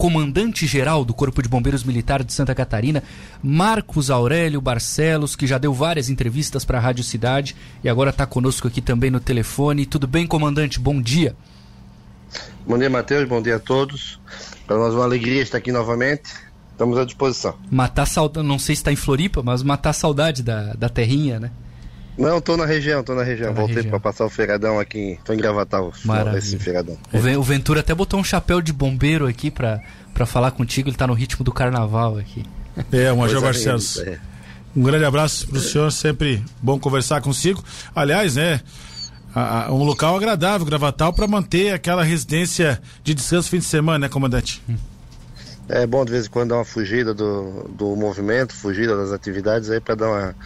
comandante-geral do Corpo de Bombeiros Militar de Santa Catarina, Marcos Aurélio Barcelos, que já deu várias entrevistas para a Rádio Cidade e agora está conosco aqui também no telefone. Tudo bem, comandante? Bom dia. Bom dia, Matheus. Bom dia a todos. Para nós uma alegria estar aqui novamente. Estamos à disposição. Matar saudade, não sei se está em Floripa, mas matar saudade da terrinha, né? Não, estou na região. Voltei para passar o feiradão aqui. Estou em Gravatal, esse feiradão. O Ventura até botou um chapéu de bombeiro aqui para falar contigo. Ele está no ritmo do carnaval aqui. O Major Barcelos. Um grande abraço para o senhor. Sempre bom conversar consigo. Aliás, né? Um local agradável, Gravatal, para manter aquela residência de descanso fim de semana, né, comandante? É bom de vez em quando dar uma fugida do movimento, fugida das atividades aí para dar uma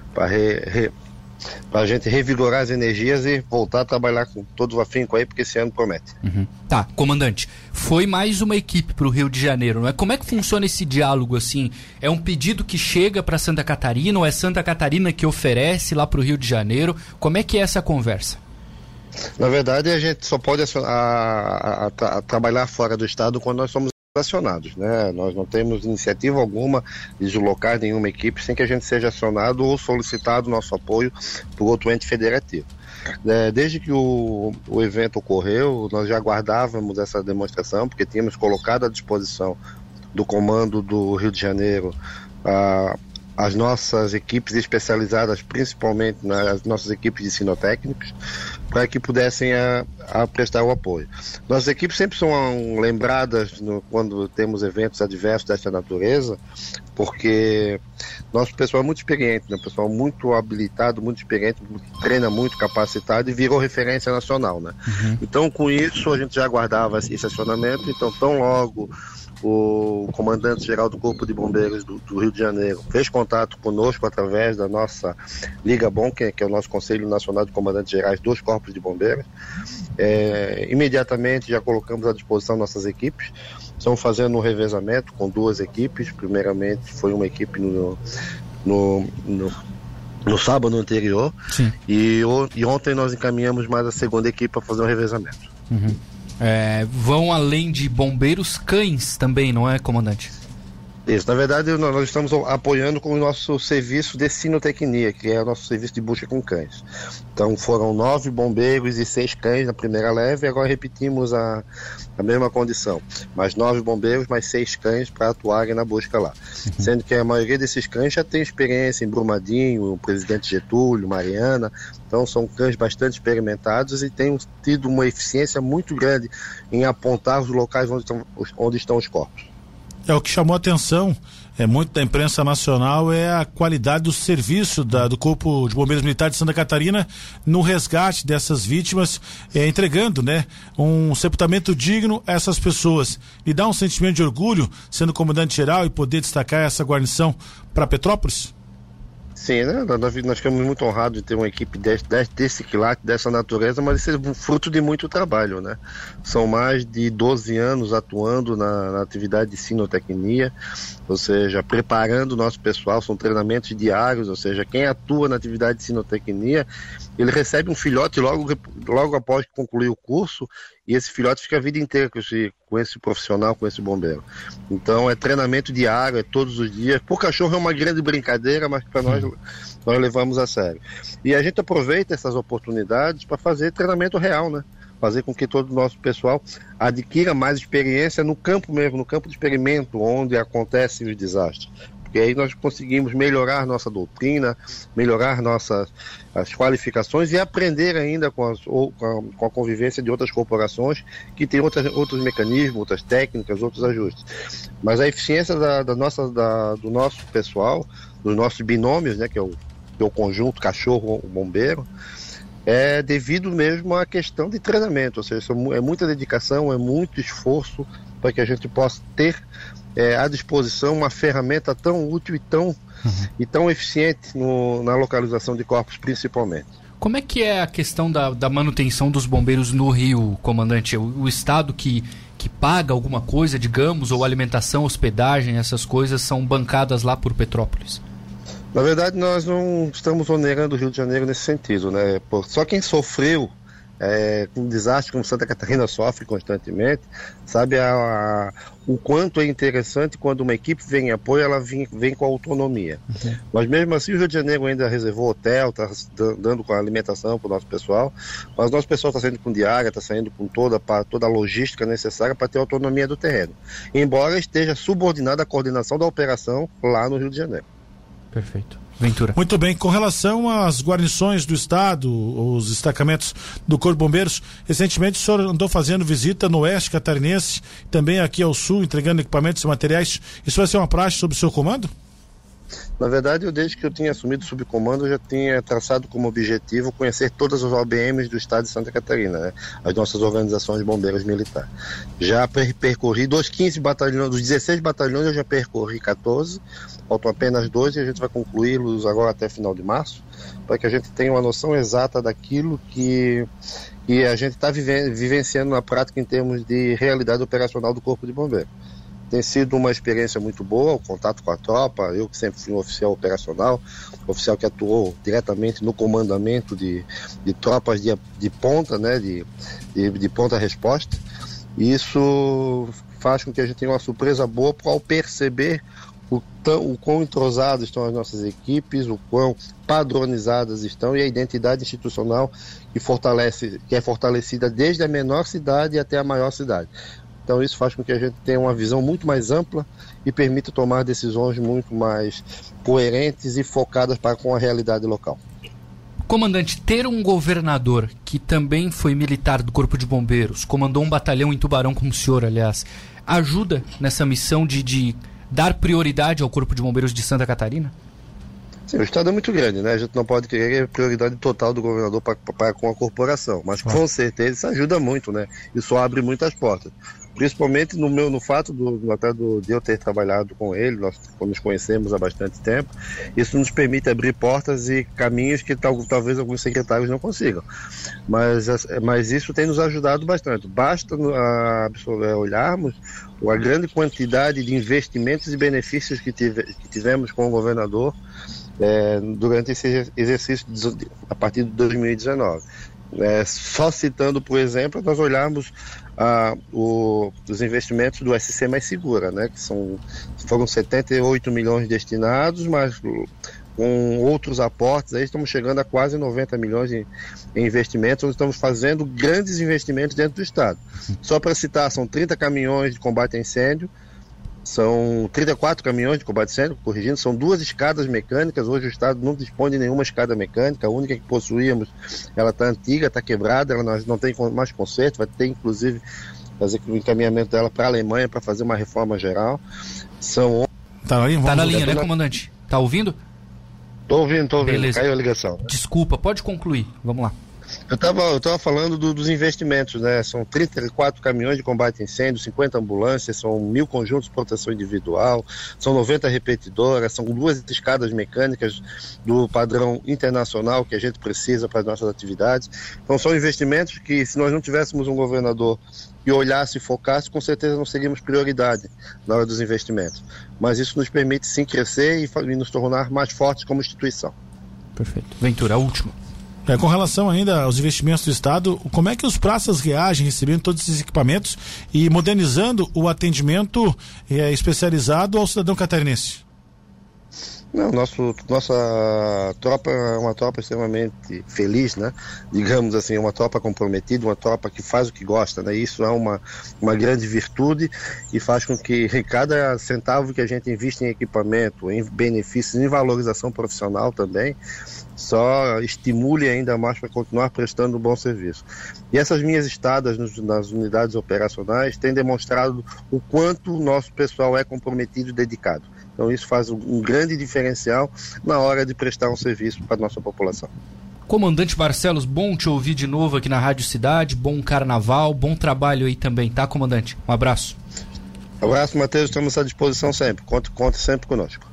para a gente revigorar as energias e voltar a trabalhar com todo o afinco aí, porque esse ano promete. Tá, comandante, foi mais uma equipe para o Rio de Janeiro, não é? Como é que funciona esse diálogo assim? É um pedido que chega para Santa Catarina ou é Santa Catarina que oferece lá para o Rio de Janeiro? Como é que é essa conversa? Na verdade, a gente só pode trabalhar fora do estado quando nós somos acionados, né? Nós não temos iniciativa alguma de deslocar nenhuma equipe sem que a gente seja acionado ou solicitado nosso apoio por outro ente federativo. Desde que o evento ocorreu, nós já aguardávamos essa demonstração, porque tínhamos colocado à disposição do comando do Rio de Janeiro as nossas equipes especializadas, principalmente as nossas equipes de sinotécnicos, para que pudessem prestar o apoio. Nossas equipes sempre são lembradas quando temos eventos adversos dessa natureza, porque nosso pessoal é muito experiente, né? Pessoal muito habilitado, muito experiente, treina muito, capacitado e virou referência nacional, né? Então, com isso, a gente já aguardava esse acionamento. Então, tão logo o comandante-geral do Corpo de Bombeiros do Rio de Janeiro fez contato conosco através da nossa Liga Bom, que é o nosso Conselho Nacional de Comandantes Gerais dos Corpos de Bombeiros. Imediatamente já colocamos à disposição nossas equipes. Estamos fazendo um revezamento com 2 equipes. Primeiramente foi uma equipe no sábado anterior. E ontem nós encaminhamos mais a segunda equipe para fazer um revezamento. Vão além de bombeiros, cães também, não é, comandante? Isso, na verdade nós estamos apoiando com o nosso serviço de sinotecnia, que é o nosso serviço de busca com cães. Então foram 9 bombeiros e 6 cães na primeira leva, e agora repetimos a mesma condição, mais 9 bombeiros, mais 6 cães para atuarem na busca lá. Sendo que a maioria desses cães já tem experiência em Brumadinho, o Presidente Getúlio, Mariana. Então são cães bastante experimentados e têm tido uma eficiência muito grande em apontar os locais onde estão os corpos. O que chamou a atenção muito da imprensa nacional é a qualidade do serviço do Corpo de Bombeiros Militar de Santa Catarina no resgate dessas vítimas, entregando, né, um sepultamento digno a essas pessoas. E dá um sentimento de orgulho, sendo comandante-geral, e poder destacar essa guarnição para Petrópolis? Sim, né? Nós ficamos muito honrados de ter uma equipe desse quilate, dessa natureza, mas isso é fruto de muito trabalho, né? São mais de 12 anos atuando na atividade de sinotecnia, ou seja, preparando o nosso pessoal, são treinamentos diários, ou seja, quem atua na atividade de sinotecnia, ele recebe um filhote logo após concluir o curso, e esse filhote fica a vida inteira com esse profissional, com esse bombeiro. Então é treinamento diário, é todos os dias. Por cachorro é uma grande brincadeira, mas para nós levamos a sério. E a gente aproveita essas oportunidades para fazer treinamento real, né? Fazer com que todo o nosso pessoal adquira mais experiência no campo mesmo, no campo de experimento, onde acontecem os desastres. Porque aí nós conseguimos melhorar nossa doutrina, melhorar as qualificações e aprender ainda com a convivência de outras corporações que têm outros mecanismos, outras técnicas, outros ajustes. Mas a eficiência do nosso pessoal, dos nossos binômios, né, que é o conjunto cachorro-bombeiro, é devido mesmo à questão de treinamento, ou seja, é muita dedicação, é muito esforço para que a gente possa ter à disposição uma ferramenta tão útil e tão eficiente na localização de corpos, principalmente. Como é que é a questão da manutenção dos bombeiros no Rio, comandante? O Estado que paga alguma coisa, digamos, ou alimentação, hospedagem, essas coisas são bancadas lá por Petrópolis? Na verdade, nós não estamos onerando o Rio de Janeiro nesse sentido, né? Só quem sofreu com desastre como Santa Catarina sofre constantemente, sabe o quanto é interessante quando uma equipe vem em apoio, ela vem com autonomia. Mas mesmo assim o Rio de Janeiro ainda reservou hotel, está dando com a alimentação para o nosso pessoal, mas o nosso pessoal está saindo com diária, está saindo com toda a logística necessária para ter autonomia do terreno, embora esteja subordinada à coordenação da operação lá no Rio de Janeiro. Perfeito. Ventura. Muito bem, com relação às guarnições do estado, os destacamentos do Corpo de Bombeiros, recentemente o senhor andou fazendo visita no oeste catarinense, também aqui ao sul, entregando equipamentos e materiais. Isso vai ser uma praxe sob o seu comando? Na verdade, desde que eu tinha assumido o subcomando, eu já tinha traçado como objetivo conhecer todas as OBMs do estado de Santa Catarina, né? As nossas organizações de bombeiros militares. Já percorri dos 15 batalhões, dos 16 batalhões eu já percorri 14, faltam apenas 2 e a gente vai concluí-los agora até final de março, para que a gente tenha uma noção exata daquilo que a gente está vivenciando na prática em termos de realidade operacional do Corpo de Bombeiros. Tem sido uma experiência muito boa, o contato com a tropa, eu que sempre fui um oficial operacional, oficial que atuou diretamente no comandamento de tropas de ponta, né, de ponta-resposta. E isso faz com que a gente tenha uma surpresa boa ao perceber o quão entrosadas estão as nossas equipes, o quão padronizadas estão e a identidade institucional que é fortalecida desde a menor cidade até a maior cidade. Então isso faz com que a gente tenha uma visão muito mais ampla e permita tomar decisões muito mais coerentes e focadas com a realidade local. Comandante, ter um governador que também foi militar do Corpo de Bombeiros, comandou um batalhão em Tubarão como o senhor, aliás, ajuda nessa missão de dar prioridade ao Corpo de Bombeiros de Santa Catarina? Sim, o estado é muito grande, né? A gente não pode querer prioridade total do governador com a corporação, mas com certeza isso ajuda muito, né? Isso abre muitas portas. Principalmente no fato de eu ter trabalhado com ele, nós nos conhecemos há bastante tempo, isso nos permite abrir portas e caminhos que talvez alguns secretários não consigam. Mas isso tem nos ajudado bastante. Basta olharmos a grande quantidade de investimentos e benefícios que tivemos com o governador durante esse exercício a partir de 2019. Só citando, por exemplo, nós olharmos os investimentos do SC Mais Segura, né, que foram 78 milhões destinados, mas com outros aportes, aí estamos chegando a quase 90 milhões em investimentos, onde estamos fazendo grandes investimentos dentro do estado. Só para citar, são 30 caminhões de combate a incêndio, são 34 caminhões de combate a incêndio, corrigindo, são 2 escadas mecânicas. Hoje o estado não dispõe de nenhuma escada mecânica, a única que possuíamos, ela está antiga, está quebrada, ela não tem mais conserto, vai ter inclusive fazer o encaminhamento dela para a Alemanha para fazer uma reforma geral. Tá na linha, né, comandante? Tá ouvindo? Tô ouvindo, Beleza. Caiu a ligação. Desculpa, pode concluir, vamos lá. Eu tava falando dos investimentos, né? São 34 caminhões de combate a incêndio, 50 ambulâncias, são 1.000 conjuntos de proteção individual, são 90 repetidoras, são 2 escadas mecânicas do padrão internacional que a gente precisa para as nossas atividades. Então são investimentos que, se nós não tivéssemos um governador que olhasse e focasse, com certeza não seríamos prioridade na hora dos investimentos. Mas isso nos permite sim crescer e nos tornar mais fortes como instituição. Perfeito. Ventura, a última. Com relação ainda aos investimentos do estado, como é que os praças reagem recebendo todos esses equipamentos e modernizando o atendimento especializado ao cidadão catarinense? Não, nossa tropa é uma tropa extremamente feliz, né? Digamos assim, uma tropa comprometida, uma tropa que faz o que gosta, né? Isso é uma grande virtude e faz com que cada centavo que a gente investe em equipamento, em benefícios, em valorização profissional também, só estimule ainda mais para continuar prestando um bom serviço. E essas minhas estadas nas unidades operacionais têm demonstrado o quanto o nosso pessoal é comprometido e dedicado. Então isso faz um grande diferencial na hora de prestar um serviço para a nossa população. Comandante Barcelos, bom te ouvir de novo aqui na Rádio Cidade, bom carnaval, bom trabalho aí também, tá, comandante? Um abraço. Abraço, Matheus, estamos à disposição sempre, conte sempre conosco.